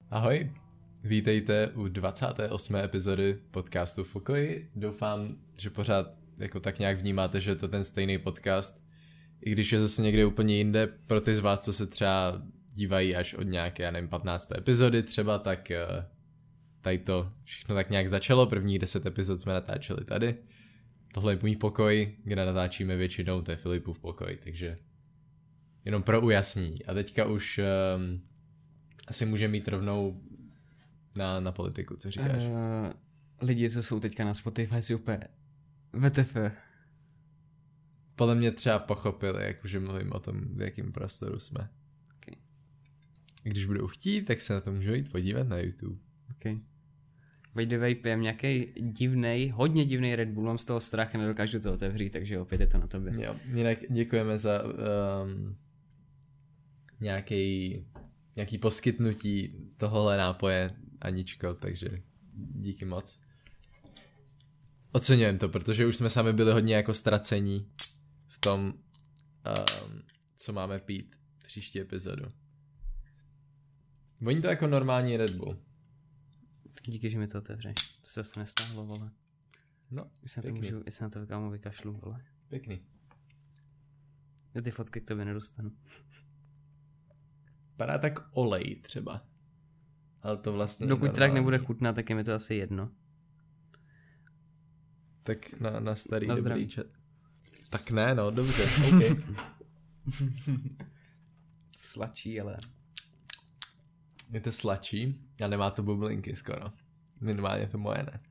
Ahoj, vítejte u 28. epizody podcastu v pokoji. Doufám, že pořád jako tak nějak vnímáte, že je to ten stejný podcast, i když je zase někde úplně jinde. Pro ty z vás, co se třeba dívají až od nějaké, já nevím, 15. epizody třeba, tak tady to všechno tak nějak začalo. Prvních 10 epizod jsme natáčeli tady. Tohle je můj pokoj, kde natáčíme většinou, to je Filipův pokoj, takže jenom pro ujasnění. A teďka už asi můžeme mít rovnou na politiku, co říkáš? Lidi, co jsou teďka na Spotify, si úplně WTF. Podle mě třeba pochopili, jak už mluvím o tom, v jakém prostoru jsme. Okay. Když budou chtít, tak se na to můžou jít podívat na YouTube. Okay. By the way, pijem nějaký hodně divný Red Bull, mám z toho strach a nedokážu to otevřít, takže opět je to na tobě. Jo, jinak děkujeme za nějaký poskytnutí tohohle nápoje, Aničko, takže díky moc. Oceňujeme to, protože už jsme sami byli hodně jako ztracení v tom, co máme pít příští epizodu. Voní to jako normální Red Bull. Díky, že mi to otevřeš. To se zase nestáhlo, vole. No, jestli na to kámo vykašlu, vole. Pěkný. Já ty fotky k tobě nedostanu. Padá tak olej třeba. Ale to vlastně dokud tak nebude chutná, tak je mi to asi jedno. Tak na starý na dobrý čas. Tak ne, no, dobře, okay. Sladší, ale... Je to sladší a nemá to bublinky skoro. Minimálně to moje ne.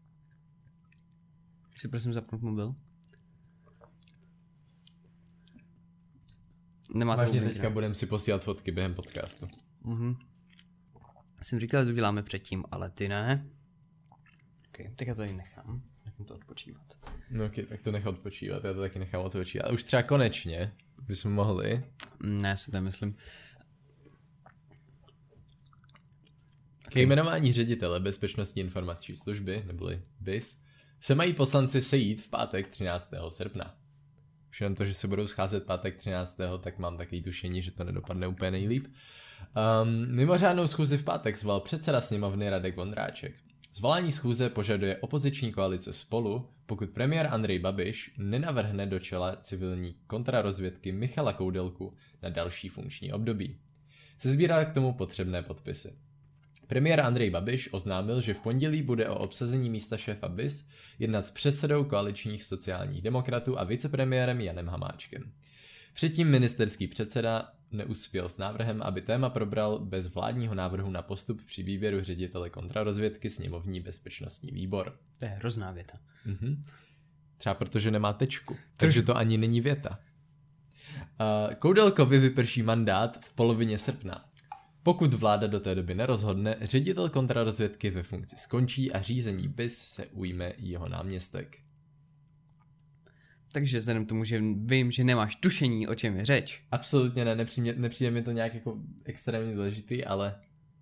Si prosím zapnout mobil. Nemá to vážně bublinky. Teďka budeme si posílat fotky během podcastu. Jsem říkal, že to děláme předtím, ale ty ne. Ok, tak já to tady nechám. Nechám to odpočívat. No ok, tak to nech odpočívat, já to taky nechám odpočívat. A už třeba konečně bychom mohli. Ne, si to myslím. K jmenování ředitele Bezpečnostní informační služby, neboli BIS, se mají poslanci sejít v pátek 13. srpna. Už jenom to, že se budou scházet pátek 13. tak mám takový tušení, že to nedopadne úplně nejlíp. Mimořádnou schůzi v pátek zval předseda sněmovny Radek Vondráček. Zvolání schůze požaduje opoziční koalice Spolu, pokud premiér Andrej Babiš nenavrhne do čela civilní kontrarozvědky Michala Koudelku na další funkční období. Sesbírá k tomu potřebné podpisy. Premiér Andrej Babiš oznámil, že v pondělí bude o obsazení místa šéfa BIS jednat s předsedou koaličních sociálních demokratů a vicepremiérem Janem Hamáčkem. Předtím ministerský předseda neuspěl s návrhem, aby téma probral bez vládního návrhu na postup při výběru ředitele kontrarozvědky sněmovní bezpečnostní výbor. To je hrozná věta. Třeba protože nemá tečku, takže to ani není věta. Koudelkovi vyprší mandát v polovině srpna. Pokud vláda do té doby nerozhodne, ředitel kontrarozvědky ve funkci skončí a řízení BIS se ujme jeho náměstek. Takže vzhledem tomu, že vím, že nemáš tušení, o čem je řeč. Absolutně ne, nepřijde mi to nějak jako extrémně důležitý, ale...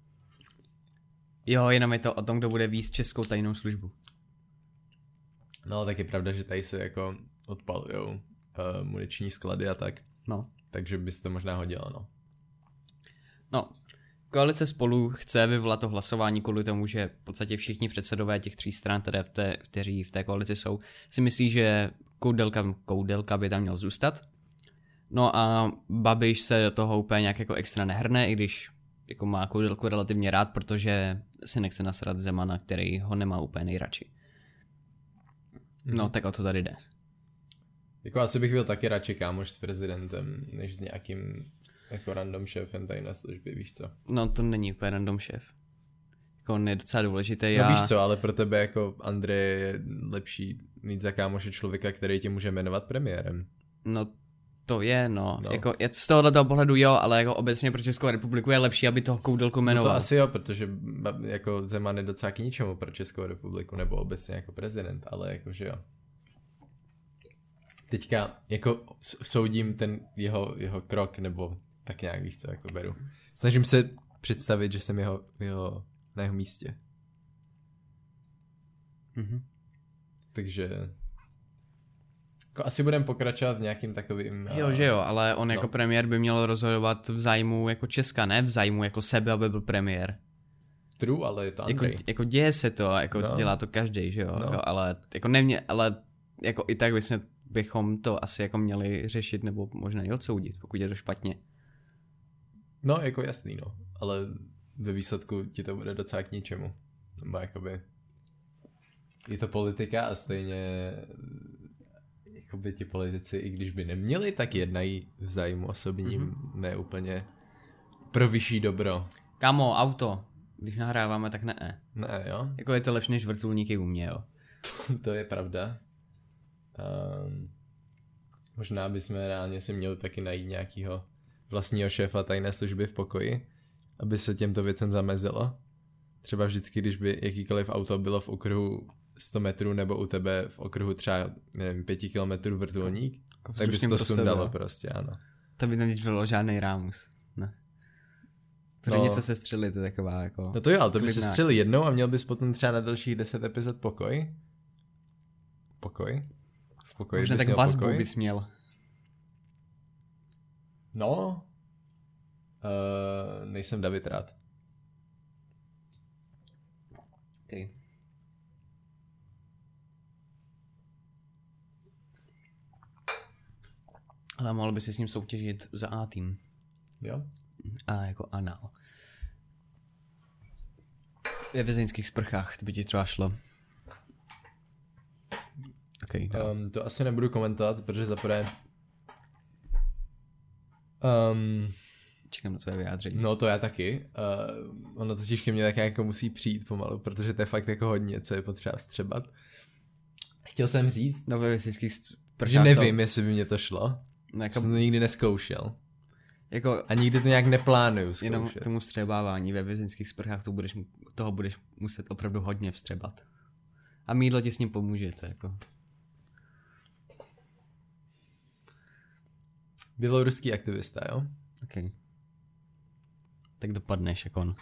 Jo, jenom je to o tom, kdo bude vést českou tajnou službu. No, tak je pravda, že tady se jako odpalujou muniční sklady a tak. No. Takže bys to možná hodila, no. No, koalice Spolu chce vyvolat to hlasování kvůli tomu, že v podstatě všichni předsedové těch 3 stran, kteří v té koalici jsou, si myslí, že Koudelka by tam měl zůstat. No a Babiš se do toho úplně nějak jako extra nehrne, i když jako má Koudelku relativně rád, protože si nechce nasrat Zemana, který ho nemá úplně nejradši. No, tak o to tady jde. Jako asi bych byl taky radši kámoš s prezidentem, než s nějakým jako random šéfem tajné služby, víš co? No, to není úplně random šéf. Jako on je docela důležitý. No víš co, ale pro tebe jako Andrej je lepší mít za kámoše člověka, který tě může jmenovat premiérem. No to je, no. Jako z tohoto pohledu jo, ale jako obecně pro Českou republiku je lepší, aby toho Koudelku jmenoval. No to asi jo, protože jako Zeman je docela k ničemu pro Českou republiku, nebo obecně jako prezident, ale jakože jo. Teďka jako soudím ten jeho krok, nebo tak nějak, víš co, jako beru. Snažím se představit, že jsem na jeho místě. Takže Jako asi budeme pokračovat v nějakým takovým... Jo, že jo, ale on jako premiér by měl rozhodovat v zájmu jako Česka, ne v zájmu jako sebe, aby byl premiér. True, ale je to Andrej. Jako děje se to, jako No. dělá to každý, že jo, No. jako, ale jako ale jako i tak bychom to asi jako měli řešit nebo možná i odsoudit, pokud je to špatně. No, jako jasný, no. Ale ve výsledku ti to bude docela k ničemu. Nebo jakoby... Je to politika a stejně... Jakoby ti politici, i když by neměli, tak jednají v zájmu osobním, ne úplně pro vyšší dobro. Kámo, auto, když nahráváme, tak ne. Ne, jo? Jako je to lepší než vrtulníky u mě, jo. To je pravda. Možná bychom reálně si měli taky najít nějakého vlastního šéfa tajné služby v pokoji, aby se těmto věcem zamezilo. Třeba vždycky, když by jakýkoliv auto bylo v okruhu 100 metrů nebo u tebe v okruhu třeba, nevím, 5 kilometrů vrtulník, tak bys to sundalo prostě, ano. To by nebylo žádný rámus, ne. Protože něco se střelit, to je taková jako... No to jo, ale to by klidná. se střelil jednou a měl bys potom třeba na dalších 10 epizod pokoj. Pokoj? V pokoji Možná bys tak měl vazbu pokoj? bys měl. No. Nejsem David rád. Okay. Ale mohl by si s ním soutěžit za A tým. Jo? A jako anal. Ve vězeňských sprchách, to by ti třeba šlo. Okay, To asi nebudu komentovat, protože zaprvé... čekám na tvoje vyjádření. No to já taky. Ono totiž ke mně tak jako musí přijít pomalu, protože to je fakt jako hodně, co je potřeba vstřebat. Chtěl jsem říct, No ve vězeňských sprchách že nevím, jestli by mě to šlo. No, jako, Jsem to nikdy nezkoušel. jako A nikdy to nějak neplánuju zkoušet. jenom tomu vstřebávání ve vězeňských sprchách toho budeš muset opravdu hodně vstřebat. A mýdlo ti s ním pomůže, to jako... Běloruský aktivista, jo? Okay. Tak dopadneš jako on.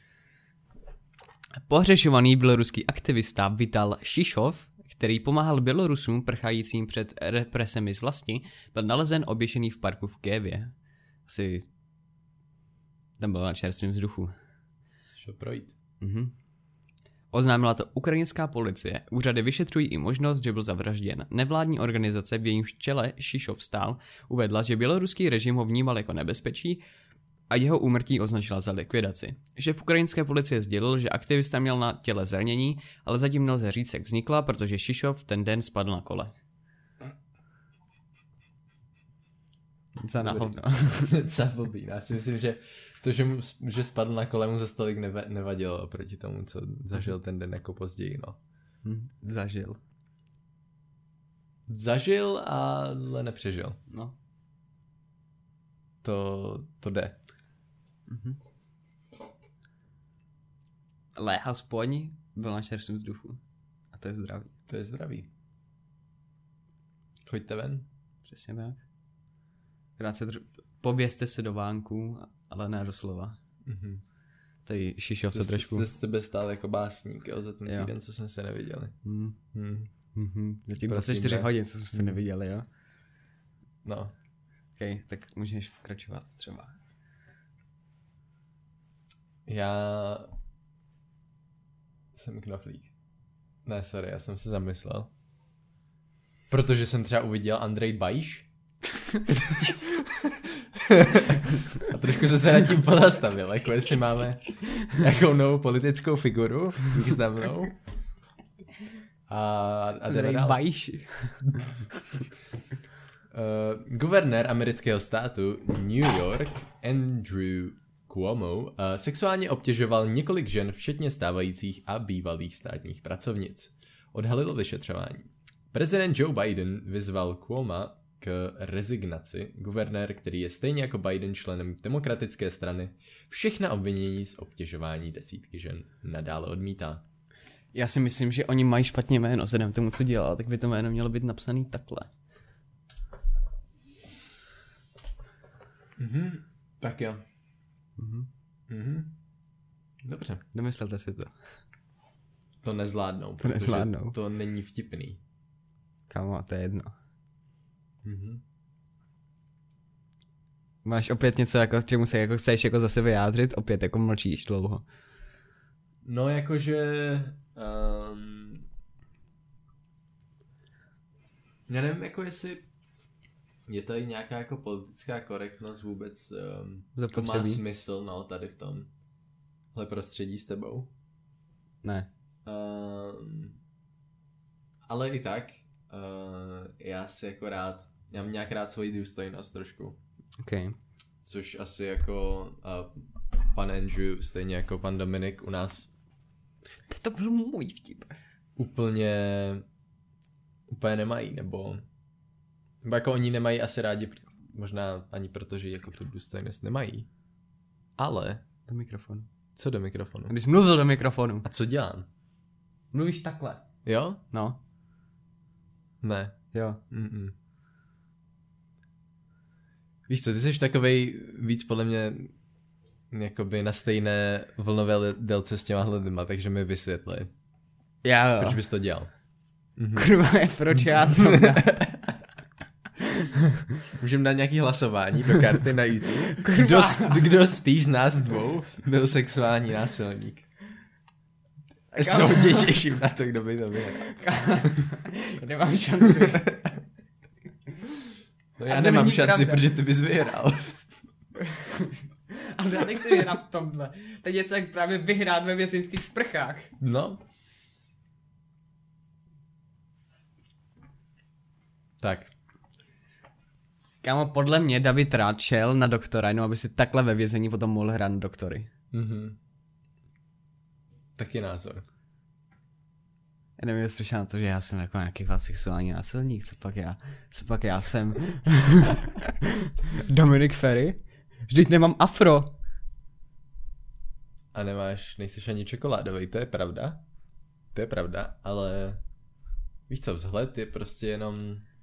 Pohřešovaný běloruský aktivista Vital Šišov, který pomáhal Bělorusům prchajícím před represemi z vlasti, byl nalezen oběšený v parku v Kyjevě. Asi tam byl na čerstvém vzduchu. Šel projít. Oznámila to ukrajinská policie. Úřady vyšetřují i možnost, že byl zavražděn. Nevládní organizace, v jejímž čele Šišov stál, uvedla, že běloruský režim ho vnímal jako nebezpečí a jeho úmrtí označila za likvidaci. Šéf ukrajinské policie sdělil, že aktivista měl na těle zranění, ale zatím nelze říct, jak vznikla, protože Šišov ten den spadl na kole. Za na hovno. Za blbý. Já si myslím, že to, že spadl na kole, mu za stolik nevadilo oproti tomu, co zažil ten den jako později, no. Zažil. Zažil, ale nepřežil. No. To jde. Ale aspoň byl na čerstvém vzduchu. A to je zdravý. To je zdravý. Choďte ven. Přesně tak. Povězte se do vánku, ale ne doslova. Tady Šišov to trošku... Jste z tebe stál jako básník, jo, za ten týden, co jsme se neviděli. Zatím 24 hodin, co jsme se neviděli, jo? No. Ok, tak můžeš pokračovat třeba. Já jsem knoflík. Ne, sorry, já jsem se zamyslel. Protože jsem třeba uviděl Andrej Bajíš. A trošku jsem se nad tím pozastavil, jako jestli máme nějakou novou politickou figuru významnou. A jdeme dál. Bajíš. Guvernér amerického státu New York Andrew Cuomo sexuálně obtěžoval několik žen, včetně stávajících a bývalých státních pracovnic. Odhalilo vyšetřování. Prezident Joe Biden vyzval Cuoma k rezignaci. Guvernér, který je stejně jako Biden členem demokratické strany, všechna obvinění z obtěžování desítky žen nadále odmítá. Já si myslím, že oni mají špatně jméno, vzhledem k tomu, co dělal, tak by to jméno mělo být napsaný takhle. Tak jo. Dobře. Domyslete si to. To nezvládnou. To nezvládnou. To není vtipný. Kámo, to je jedno. Máš opět něco, jako, čemu se jako chceš jako zase vyjádřit, opět jako mlčíš dlouho. No jakože... já nevím, jako jestli je tady nějaká jako politická korektnost vůbec jako má smysl, no, tady v tomhle prostředí s tebou. Ne. Ale i tak, já si jako rád, já mám nějak rád svoji důstojnost trošku. Okay. Což asi jako pan Andrew, stejně jako pan Dominik u nás. To byl můj vtip. Úplně nemají, nebo jako oni nemají asi rádi, možná ani protože jako tu důstojnost nemají. Ale... Do mikrofonu. Co do mikrofonu? Když mluvil do mikrofonu. A co dělám? Mluvíš takhle. Jo? No. Ne. Jo. Mm-mm. Víš co, ty jsi takovej víc podle mě jakoby na stejné vlnové délce s těma lidma, takže mi vysvětli. Já jo. Proč bys to dělal? Kurva, proč já jsem Můžeme dát nějaký hlasování do karty na YouTube. Kdo spíš z nás dvou byl sexuální násilník? Já se hodně těším na to, kdo by to byl. Nemám šanci. No já nemám šanci, protože ty bys vyhrál. Ale já nechci vyhrát v tomhle. To je něco jak právě vyhrát ve vězeňských sprchách. No. Tak. Kámo, podle mě David rád šel na doktora, jenom aby si takhle ve vězení potom mohl hrát na doktory. Mhm. Taky názor. Já nevím, jestli přišel na to, že já jsem jako nějaký sexuální násilník, co pak já jsem Dominic Ferry? Vždyť nemám afro. A nejseš ani čokoládovej, to je pravda. To je pravda, ale víš co, vzhled je prostě jenom...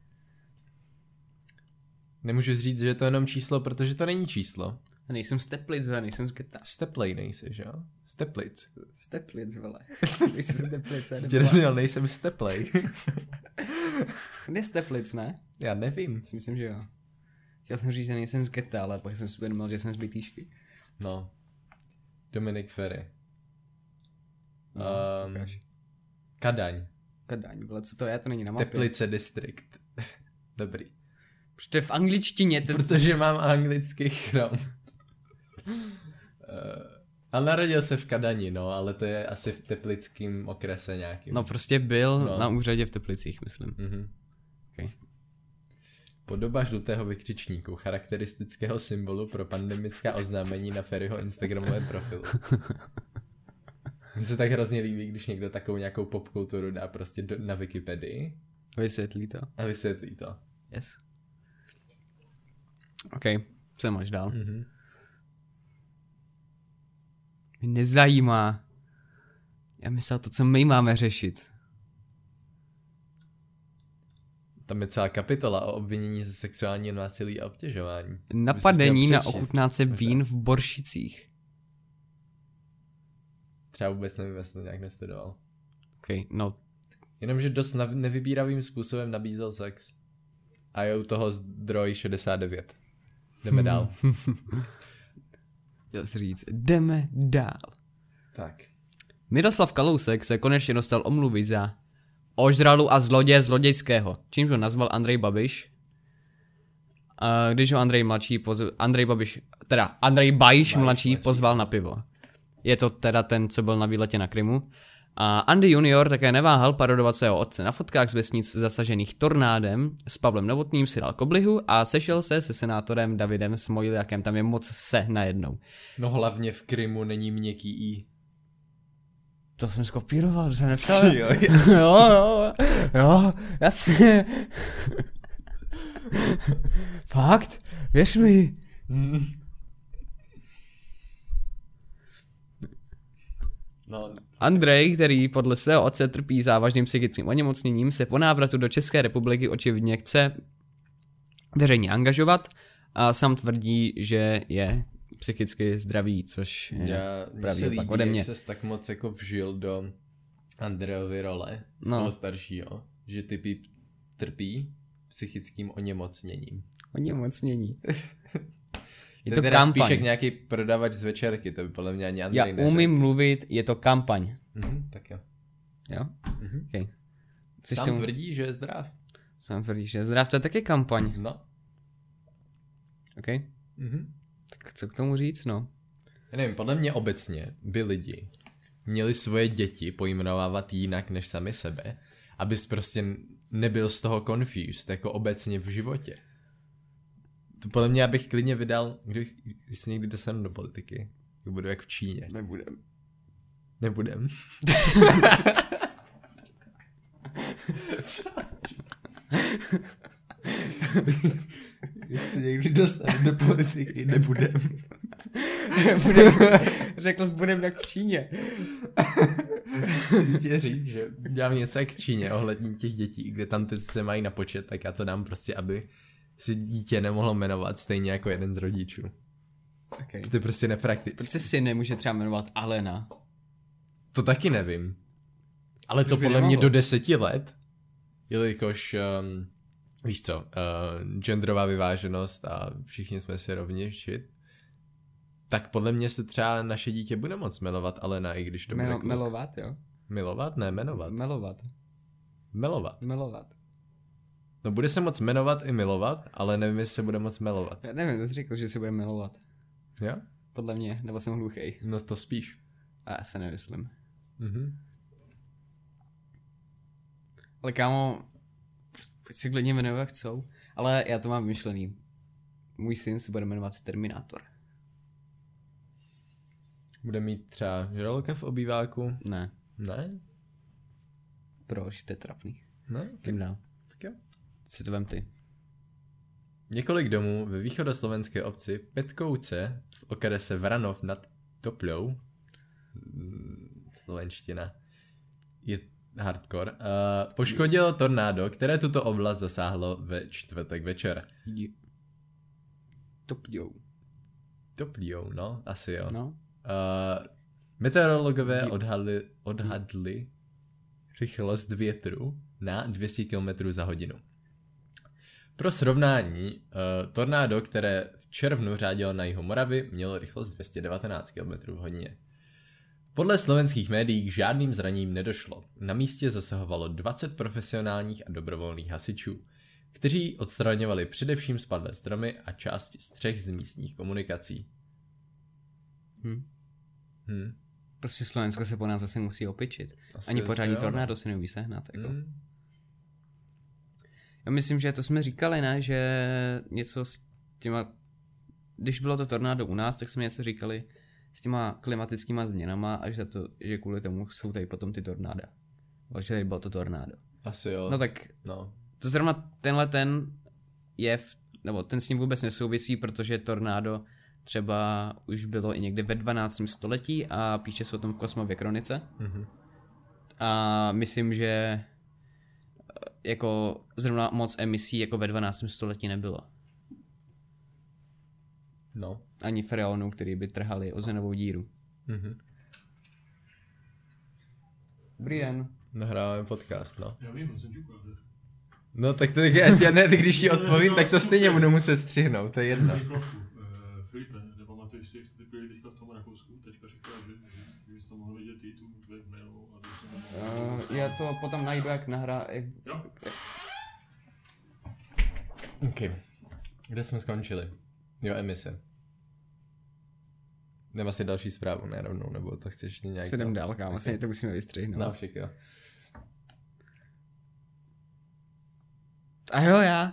Nemůžu říct, že je to jenom číslo, protože to není číslo. A nejsem z Teplic, nejsem z geta. Z Teplej nejseš, jo? Z Teplic. Z Teplic, vole. Nejsem z Teplice. Nejsem z Teplej. Kde z Teplic, ne? Já nevím. Myslím, že jo. Chtěl jsem říct, že nejsem z geta, ale pak jsem si uvědomil, že jsem z Bytýšky. No. Dominic Ferry. No, Kadaň. Kadaň, vole, co to je? To není na mapě. Teplice District. Dobrý. Protože v angličtině... Protože mám anglický chrom. A narodil se v Kadani, no, ale to je asi v teplickém okrese nějakým. No prostě byl na úřadě v Teplicích, myslím. Mhm. Okay. Podoba žlutého vykřičníku, charakteristického symbolu pro pandemická oznámení na Ferryho Instagramovém profilu. Mně se tak hrozně líbí, když někdo takovou nějakou popkulturu dá prostě na Wikipedii. A vysvětlí to. Yes. OK, co máš dál? Mhm. Mě nezajímá. Já myslel to, co my máme řešit. Tam je celá kapitola o obvinění ze sexuálního násilí a obtěžování. Napadení na ochutnáce vín v Boršicích. Třeba vůbec nevím, jestli to nějak nestudoval. OK, no. Jenomže dost nevybíravým způsobem nabízel sex. A je u toho zdroj 69. Jdeme dál. Chtěl jsi říct, jdeme dál. Tak. Miroslav Kalousek se konečně dostal omluvy za ožralu a zloděje zlodějského, čímž ho nazval Andrej Babiš. Když ho Andrej Babiš mladší pozval na pivo. Je to teda ten, co byl na výletě na Krymu. A Andy Junior také neváhal parodovat svého otce. Na fotkách z vesnic zasažených tornádem s Pavlem Novotným si dal koblihu a sešel se senátorem Davidem Smojliakem. Tam je moc se najednou. No hlavně v Krymu není měkký i. To jsem skopíroval, to jsem nepsal. jo, jasně. Fakt? Věř mi. No. Andrej, který podle svého otce trpí závažným psychickým onemocněním, se po návratu do České republiky očividně chce veřejně angažovat a sám tvrdí, že je psychicky zdravý, což je pravý opak ode mě. Já se tak moc jako vžil do Andrejovy role, z toho staršího, že typy trpí psychickým onemocněním. Onemocnění. Je to teda kampaň. spíš jak nějaký prodavač z večerky, to by podle mě ani Andrej Já neřekl. umím mluvit, je to kampaň. Tak jo. Jo? Okay. Sám tvrdí, že je zdrav. Sám tvrdí, že zdrav, to je taky kampaň. No. OK? Tak co k tomu říct, no? Já nevím, podle mě obecně by lidi měli svoje děti pojmenovávat jinak než sami sebe, abys prostě nebyl z toho confused, jako obecně v životě. To podle mě, abych klidně vydal, když se někdy dostanu do politiky, tak budu jak v Číně. Nebudem. Co? Když se někdy dostanu do politiky, nebudem. Řekl jsi, budem jak v Číně. Chtěl říct, že dělám něco jak v Číně ohledně těch dětí, kde tam teď se mají na počet, tak já to dám prostě, aby si dítě nemohlo jmenovat stejně jako jeden z rodičů. Okay. To je prostě nepraktické. Proč se syn nemůže třeba jmenovat Alena? To taky nevím. Ale to podle mě do 10 let, jelikož, víš co, genderová vyváženost a všichni jsme si rovněž tak podle mě se třeba naše dítě bude moc jmenovat Alena, i když to bude kluk. Melovat, jo? Milovat? Ne, jmenovat. Melovat. No bude se moc jmenovat i milovat, ale nevím, jestli se bude moc melovat. Já nevím, to jsi řekl, že se bude milovat. Jo? Podle mě, nebo jsem hluchej. No to spíš. A já se nemyslím. Ale kámo, pojď si klidně jmenovat jak chcou. Ale já to mám vymyšlený. Můj syn se bude jmenovat Terminátor. Bude mít třeba žraloka v obýváku? Ne. Ne? Proč? To je trapný. Ne? Kým dál? Tak jo. Si to vem ty. Několik domů ve východoslovenské obci Petkouce v okrese Vranov nad Toplou, slovenština, je hardcore, poškodilo tornádo, které tuto oblast zasáhlo ve čtvrtek večer. Toplou, no, asi jo. No. Meteorologové odhadli rychlost větru na 200 km za hodinu. Pro srovnání, tornádo, které v červnu řádilo na jihu Moravy, mělo rychlost 219 km v hodině. Podle slovenských médií k žádným zraněním nedošlo. Na místě zasahovalo 20 profesionálních a dobrovolných hasičů, kteří odstraňovali především spadlé stromy a části střech z místních komunikací. Prostě Slovensko se po nás zase musí opičit. Asi ani pořádní jo, tornádo si neumí sehnat. Jako. Já myslím, že to jsme říkali, ne? Že něco s těma... Když bylo to tornádo u nás, tak jsme něco říkali s těma klimatickýma změnama a že kvůli tomu jsou tady potom ty tornáda. Že tady bylo to tornádo. Asi jo. No tak no. To zrovna ten nebo ten s ním vůbec nesouvisí, protože tornádo třeba už bylo i někde ve 12. století a píše se o tom v Kosmově kronice. A myslím, že jako zrovna moc emisí jako ve 12. století nebylo. No. Ani freonů, který by trhali ozonovou díru. Dobrý den. Nahráváme podcast, no. Já vím, jsem ťukal. No tak to já ne, když ti odpovím, tak to stejně budu muset střihnout, to je jedno. Filipe, nepamatuješ si, jak jste byli teďka v tom Rakousku? Teďka říkal, že bys to mohl vidět i tu webmailu a to jsem Já to potom najdu, jak Jo? OK. Kde jsme skončili? Jo, emise. Nebo asi další zprávu, ne rovnou, nebo to chceš nějak... Se jdem dál, kámo, vlastně to musíme vystřihnout. No, však jo. A jo, já.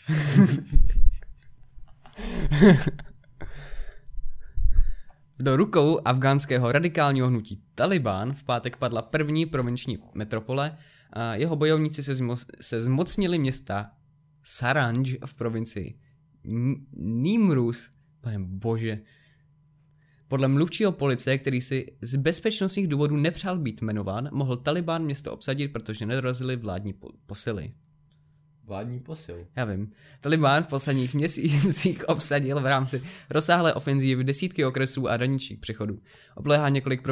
Do rukou afgánského radikálního hnutí Taliban v pátek padla první provinční metropole a jeho bojovníci se zmocnili města Saranj v provincii Nimruz. Pane bože. Podle mluvčího policie, který si z bezpečnostních důvodů nepřál být jmenován, mohl Taliban město obsadit, protože nedorazily vládní posily. Vládní posil. Já vím. Taliban v posledních měsících obsadil v rámci rozsáhlé ofenzívy desítky okresů a hraničních přechodů. Obléhá několik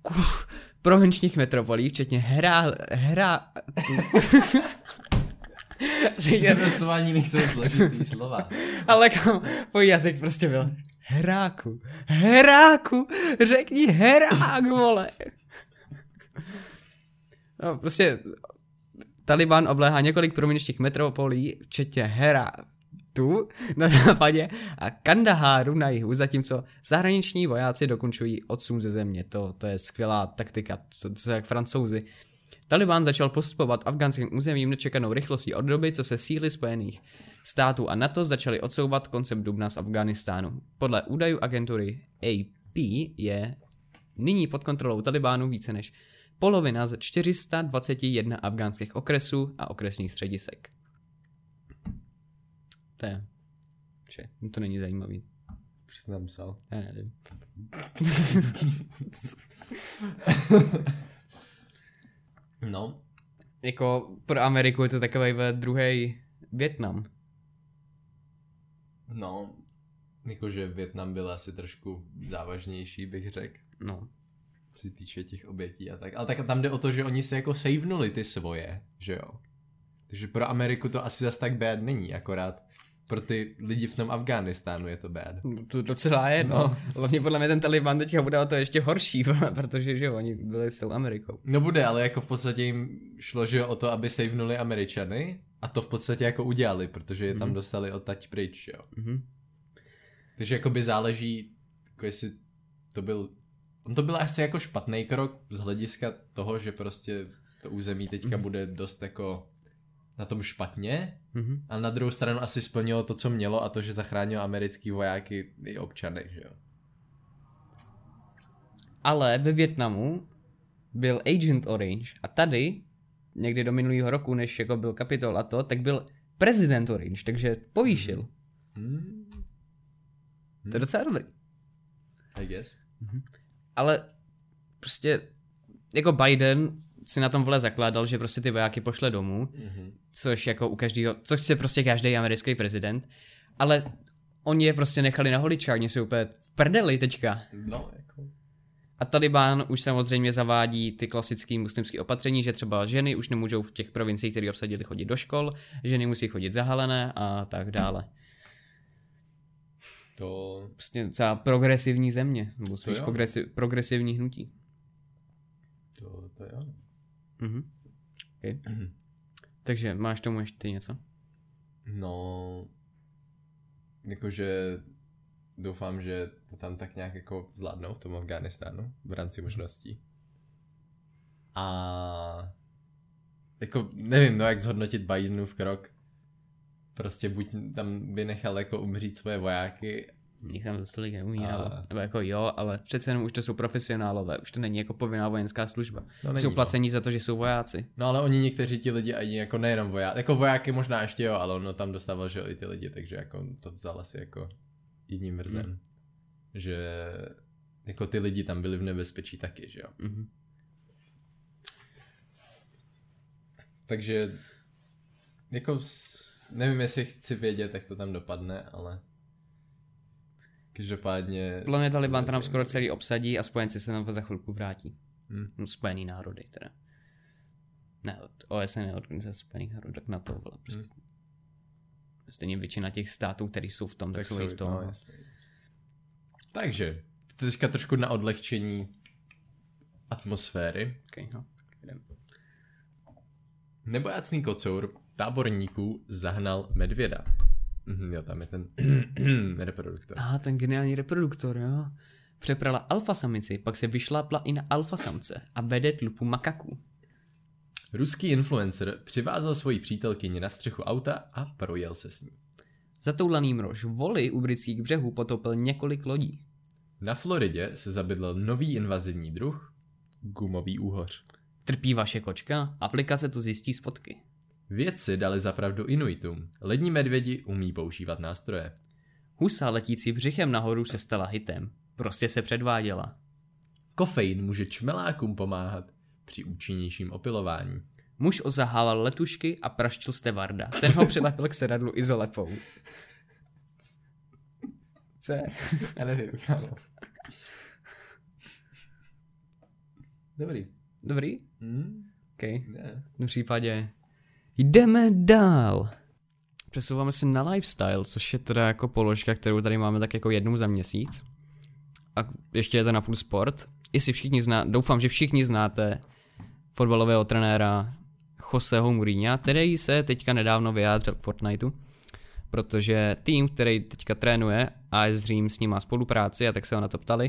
provinčních metropolí, včetně Losování nejsou složitý slova. Ale tvůj jazyk prostě byl heráku, řekni herák, vole. No, prostě Taliban obléhá několik prominentních metropolí, včetně Herátu na západě a Kandaháru na jihu, zatímco zahraniční vojáci dokončují odsun ze země. To je skvělá taktika, to jak Francouzi. Taliban začal postupovat afgánským územím nečekanou rychlostí od doby, co se síly Spojených států a NATO začaly odsouvat koncem dubna z Afghánistánu. Podle údajů agentury AP je nyní pod kontrolou Talibánu více než polovina z 421 afgánských okresů a okresních středisek. To je. To není zajímavý. Už jsi nám psal. Já nevím. No. Jako pro Ameriku je to takovej druhý Vietnam. No. Jakože Vietnam byl asi trošku závažnější, bych řekl. No. Si týče těch obětí a tak. Ale tak tam jde o to, že oni se jako savenuli ty svoje, že jo. Takže pro Ameriku to asi zas tak bad není, akorát pro ty lidi v tom Afghánistánu je to bad. To docela je, no. Hlavně podle mě ten Taliban teďka bude o to ještě horší, protože že jo, oni byli s tou Amerikou. No bude, ale jako v podstatě jim šlo, že jo, o to, aby savenuli Američany a to v podstatě jako udělali, protože je tam dostali odtať pryč, jo. Takže jakoby záleží, jako jestli to byl... To byl asi jako špatný krok z hlediska toho, že prostě to území teďka bude dost jako na tom špatně a na druhou stranu asi splnilo to, co mělo a to, že zachránilo americký vojáky i občany, že jo. Ale ve Vietnamu byl Agent Orange a tady, někdy do minulého roku, než jako byl Kapitol a to, tak byl President Orange, takže povýšil. To je docela dobrý. I guess. Ale prostě jako Biden si na tom vole zakládal, že prostě ty vojáky pošle domů, což jako u každého, což chce prostě každý americký prezident, ale oni je prostě nechali na holičkách, oni jsou úplně v prdeli teďka. No, jako. A Taliban už samozřejmě zavádí ty klasické muslimské opatření, že třeba ženy už nemůžou v těch provinciích, které obsadili, chodit do škol, ženy musí chodit zahalené a tak dále. To... Prostě docela progresivní země, nebo spíš progresivní hnutí. To jo. Okay. Takže máš tomu ještě něco? No, jakože doufám, že to tam tak nějak jako zvládnou v tom Afghánistánu v rámci možností. A jako nevím, no jak zhodnotit Bidenův krok. Prostě buď tam by nechal jako umřít svoje vojáky. Nich tam dost tolik neumíralo. Nebo jako jo, ale přece jenom už to jsou profesionálové, už to není jako povinná vojenská služba. No, jsou placení za to, že jsou vojáci. No ale oni někteří ti lidi ani jako nejenom vojáci, jako vojáky možná ještě jo, ale ono tam dostával, že i ty lidi, takže jako to vzal asi jako jedním vrzem. Že jako ty lidi tam byli v nebezpečí taky, že jo. Takže jako nevím, jestli chci vědět, jak to tam dopadne, ale každopádně... Podle mě Taliban tam skoro celý obsadí a spojenci se tam za chvilku vrátí. No, Spojený národy teda. Ne, OSN je organizace Spojených národů, tak na to byla prostě. Stejně většina těch států, které jsou v tom, tak jsou i v tom. No, takže, teďka trošku na odlehčení atmosféry. Okay, no. Nebojácný kocour táborníků zahnal medvěda. Jo, tam je ten reproduktor. Ten geniální reproduktor, jo. Přeprala alfa samici, pak se vyšlápla i na alfa samce a vede tlupu makaků. Ruský influencer přivázal svoji přítelkyni na střechu auta a projel se s ní. Zatoulaný mrož voli u britských břehů potopil několik lodí. Na Floridě se zabydlel nový invazivní druh, gumový úhoř. Trpí vaše kočka? Aplikace to zjistí z fotky. Vědci dali zapravdu Inuitům. Lední medvědi umí používat nástroje. Husa letící břichem nahoru se stala hitem. Prostě se předváděla. Kofein může čmelákům pomáhat při účinnějším opilování. Muž ozahával letušky a praštil stevarda. Ten ho přilepil k sedadlu izolepou. Co je? Já nevím. Dobrý. Dobrý? OK. V případě Jdeme dál. Přesouváme se na lifestyle, což je teda jako položka, kterou tady máme tak jako jednou za měsíc. A ještě je to na půl sport. Doufám, že všichni znáte fotbalového trenéra Joseho Mourinha, který se teďka nedávno vyjádřil k Fortniteu, protože tým, který teďka trénuje, AS Řím s ním má spolupráci, a tak se ho na to ptali,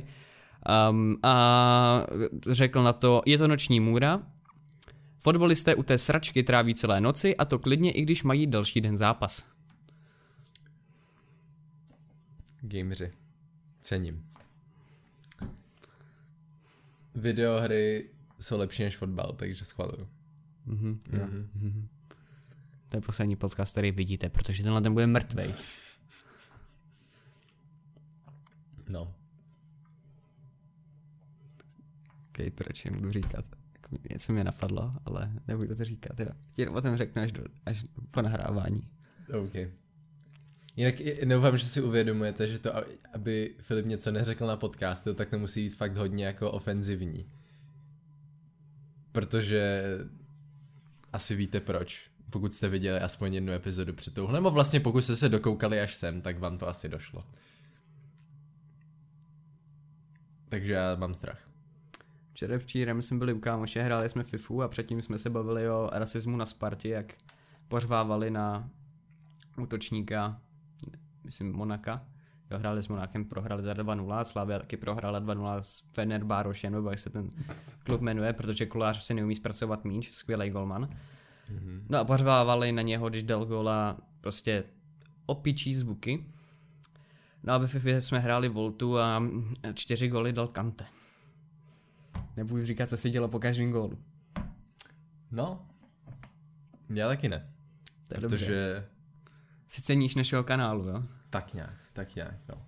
a řekl na to, je to noční můra, fotbalisté u té sračky tráví celé noci, a to klidně, i když mají další den zápas. Gameři. Cením. Videohry jsou lepší než fotbal, takže schvaluju. To je poslední podcast, který vidíte, protože tenhle ten bude mrtvej. No. Ok, to radši nebudu říkat. Něco mě napadlo, ale nebudu to říkat. Jo. Ti o tom řeknu až po nahrávání. OK. Jinak doufám, že si uvědomujete, že to, aby Filip něco neřekl na podcastu, tak to musí být fakt hodně jako ofenzivní. Protože asi víte proč. Pokud jste viděli aspoň jednu epizodu před touhle, nebo vlastně pokud jste se dokoukali až sem, tak vám to asi došlo. Takže já mám strach. Včírem jsme byli u kámoše, hráli jsme FIFU a předtím jsme se bavili o rasismu na Spartě, jak pořvávali na útočníka, myslím Monaka. Jo, hráli s Monakem, prohráli za 2-0, Slavia taky prohrála 2-0 s Fenerbahçem, nebo jak se ten klub jmenuje, protože Kolář si neumí zpracovat míč, skvělej golman. No a pořvávali na něho, když dal góla, prostě opičí zvuky. No a ve FIFA jsme hráli Voltu a 4 góly dal Kante. Nebudu říkat, co si dělo po každém gólu. No, já taky ne. Protože... Si ceníš našeho kanálu, jo? Tak nějak, no.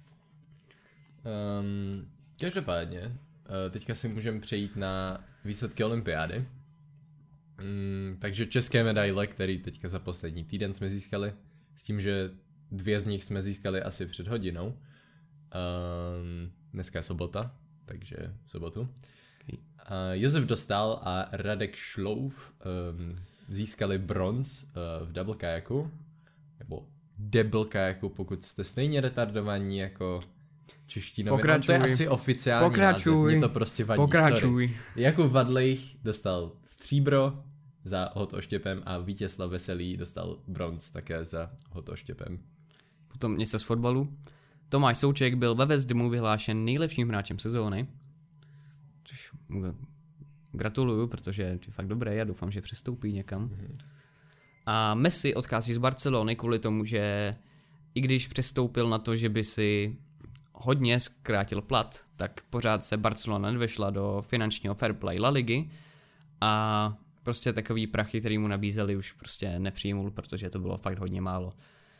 Každopádně, teďka si můžeme přejít na výsledky olympiády. Takže české medaile, které teďka za poslední týden jsme získali, s tím, že 2 z nich jsme získali asi před hodinou. Dneska je sobota, takže v sobotu. Okay. Josef Dostál a Radek Šlouf získali bronz v double kajaku, nebo double kajaku, pokud jste stejně retardovaní jako čeští novináři. To je asi oficiální název, mě to prostě vadí. Sorry. Jakub Vadlejch dostal stříbro za hod oštěpem a Vítězslav Veselý dostal bronz také za hod oštěpem. Potom něco z fotbalu. Tomáš Souček byl ve West Hamu vyhlášen nejlepším hráčem sezóny. Což mu gratuluju, protože je fakt dobré, já doufám, že přestoupí někam. A Messi odchází z Barcelony kvůli tomu, že i když přestoupil na to, že by si hodně zkrátil plat, tak pořád se Barcelona nevešla do finančního fair play La Ligy a prostě takový prachy, který mu nabízeli, už prostě nepřijmul, protože to bylo fakt hodně málo.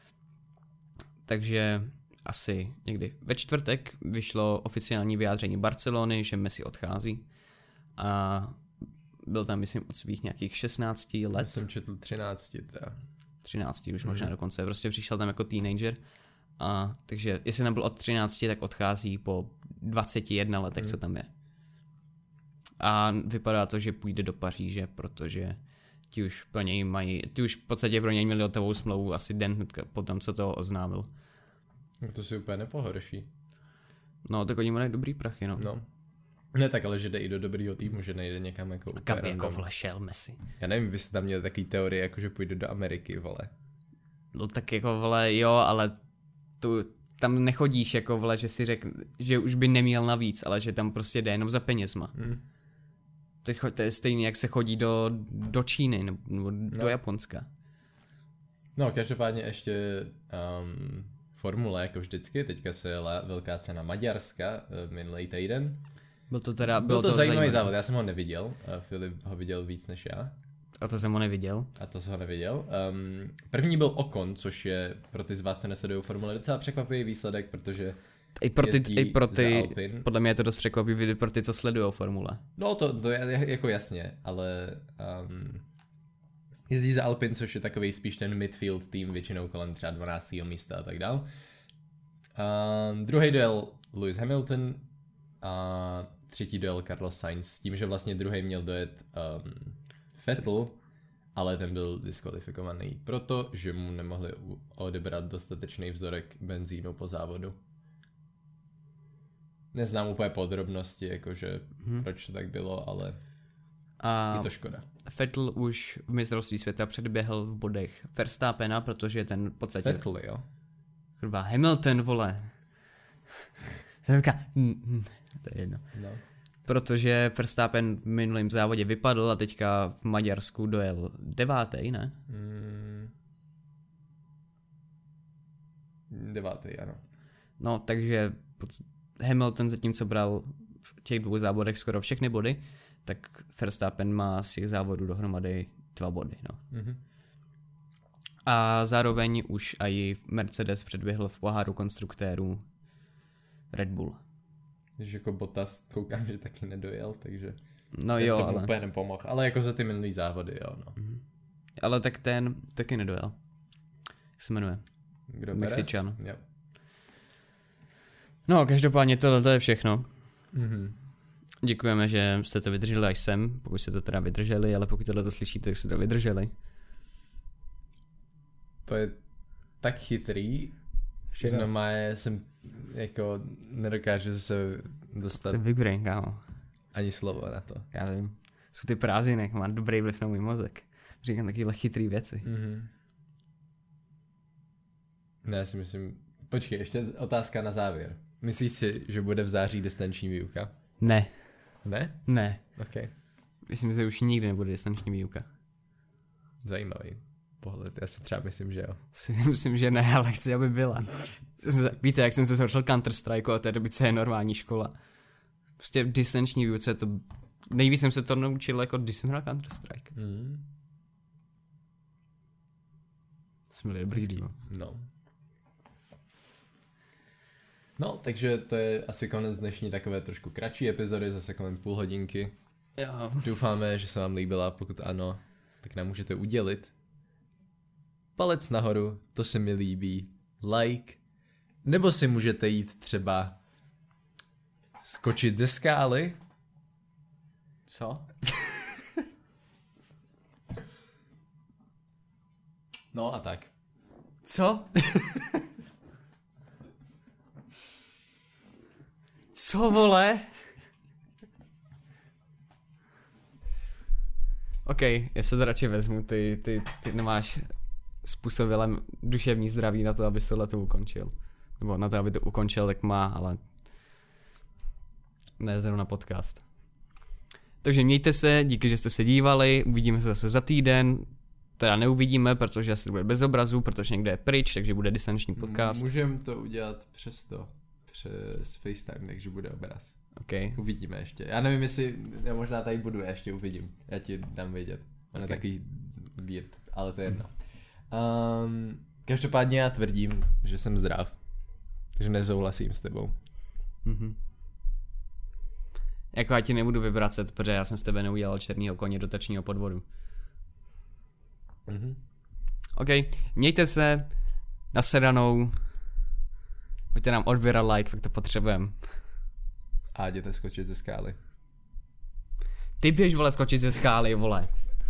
Takže asi někdy ve čtvrtek vyšlo oficiální vyjádření Barcelony, že Messi odchází a byl tam, myslím, od svých nějakých 16 let. Já jsem četl 13 teda. 13 už možná dokonce, prostě přišel tam jako teenager. A takže jestli tam byl od 13, tak odchází po 21 letech, co tam je. A vypadá to, že půjde do Paříže, protože ti už v podstatě pro něj měli hotovou smlouvu asi den po tom, co to oznámil. To si úplně nepohorší. No, tak oni mají dobrý prachy, no. Ne tak, ale že jde i do dobrýho týmu, že nejde někam jako úplně kam jako vlešel Messi. Já nevím, vy jste tam měli takový teorie, jako že půjde do Ameriky, vole. No tak jako, vole, jo, ale tam nechodíš jako, vole, že si řekl, že už by neměl navíc, ale že tam prostě jde jenom za penězma. To je stejný, jak se chodí do Číny nebo do Japonska. No, každopádně ještě formule, jako vždycky, teďka se jela velká cena Maďarska minulý týden. Byl to zajímavý závod, já jsem ho neviděl, Filip ho viděl víc než já. A to jsem ho neviděl. První byl Ocon, což je pro ty z vás, co nesledují formule, docela překvapivý výsledek, protože i pro ty podle mě je to dost překvapivý pro ty, co sledují formule. No to je jako jasně, ale jezdí za Alpine, což je takový spíš ten midfield tým, většinou kolem třeba 12. místa a tak dál. Druhý duel Lewis Hamilton a třetí duel Carlos Sainz, s tím, že vlastně druhý měl dojet Vettel ale ten byl diskvalifikovaný, protože mu nemohli odebrat dostatečný vzorek benzínu po závodu. Neznám úplně podrobnosti, jakože proč to tak bylo, ale je to škoda. Vettel už v mistrovství světa předběhl v bodech Verstappena, protože ten v podstatě... Vettel, jo? Kurva, Hamilton, vole. To je jedno. No. Protože Verstappen v minulém závodě vypadl a teďka v Maďarsku dojel 9., ne? 9., ano. No, takže Hamilton zatímco bral v těch 2 závodech skoro všechny body, tak Verstappen má z těch závodů dohromady 2 body, no. A zároveň už i Mercedes předběhl v poháru konstruktérů Red Bull. Když jako Bottas koukám, že taky nedojel, takže no jo, ale úplně nepomohl. Ale jako za ty minulý závody, jo, no. Ale tak ten taky nedojel. Jak se jmenuje? Kdo? Mexičan. Jo. No, každopádně tohle je všechno. Děkujeme, že jste to vydrželi až sem, pokud jste to teda vydrželi, ale pokud tohle to slyšíte, tak jste to vydrželi. To je tak chytrý, že normálně jsem jako nedokážu se dostat To je big brain, kámo. ani slovo na to. Já vím. Jsou ty prázdniny, má dobrý vliv na můj mozek. Říkám takovéhle chytrý věci. Ne, já si myslím... Počkej, ještě otázka na závěr. Myslíš si, že bude v září distanční výuka? Ne. Ne? Ne. OK. Myslím, že už nikdy nebude distanční výuka. Zajímavý pohled. Já si třeba myslím, že jo. Myslím, že ne, ale chci, aby byla. Víte, jak jsem se zhoršil Counter-Strike a té doby, co je normální škola. Prostě v distanční výuce to... Nejvíc jsem se to naučil, jako když jsem hrál Counter-Strike. Jsme byli dobrý díl. No, takže to je asi konec dnešní takové trošku kratší epizody, zase kolem půl hodinky. Jo. Doufáme, že se vám líbila, pokud ano, tak nám můžete udělit palec nahoru, to se mi líbí, like, nebo si můžete jít třeba skočit ze skály. Co? No a tak. Co? Co, vole? OK, já se to radši vezmu, ty nemáš způsobilé duševní zdraví na to, aby se to ukončil. Nebo na to, aby to ukončil, tak má, ale ne zrovna podcast. Takže mějte se, díky, že jste se dívali, uvidíme se zase za týden. Teda neuvidíme, protože asi bude bez obrazu, protože někde je pryč, takže bude distanční podcast. Můžeme to udělat přes FaceTime, takže bude obraz. Okay. Uvidíme ještě. Já nevím, jestli, já možná tady budu, já ještě uvidím. Já ti dám vědět. On je takový weird, ale to je jedno. Každopádně já tvrdím, že jsem zdrav. Takže nezouhlasím s tebou. Jako já ti nebudu vyvracet, protože já jsem z tebe neudělal černýho koně do tačního podvodu. OK, mějte se, nasedanou, hoďte nám odběr a like, fakt to potřebujeme. A jděte skočit ze skály. Ty běž, vole, skočit ze skály, vole.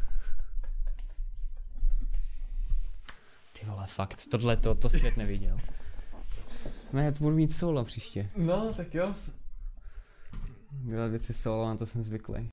Ty vole, fakt, to svět neviděl. Ne, já to budu mít solo příště. No, tak jo. Dělat věci solo, na to jsem zvyklý.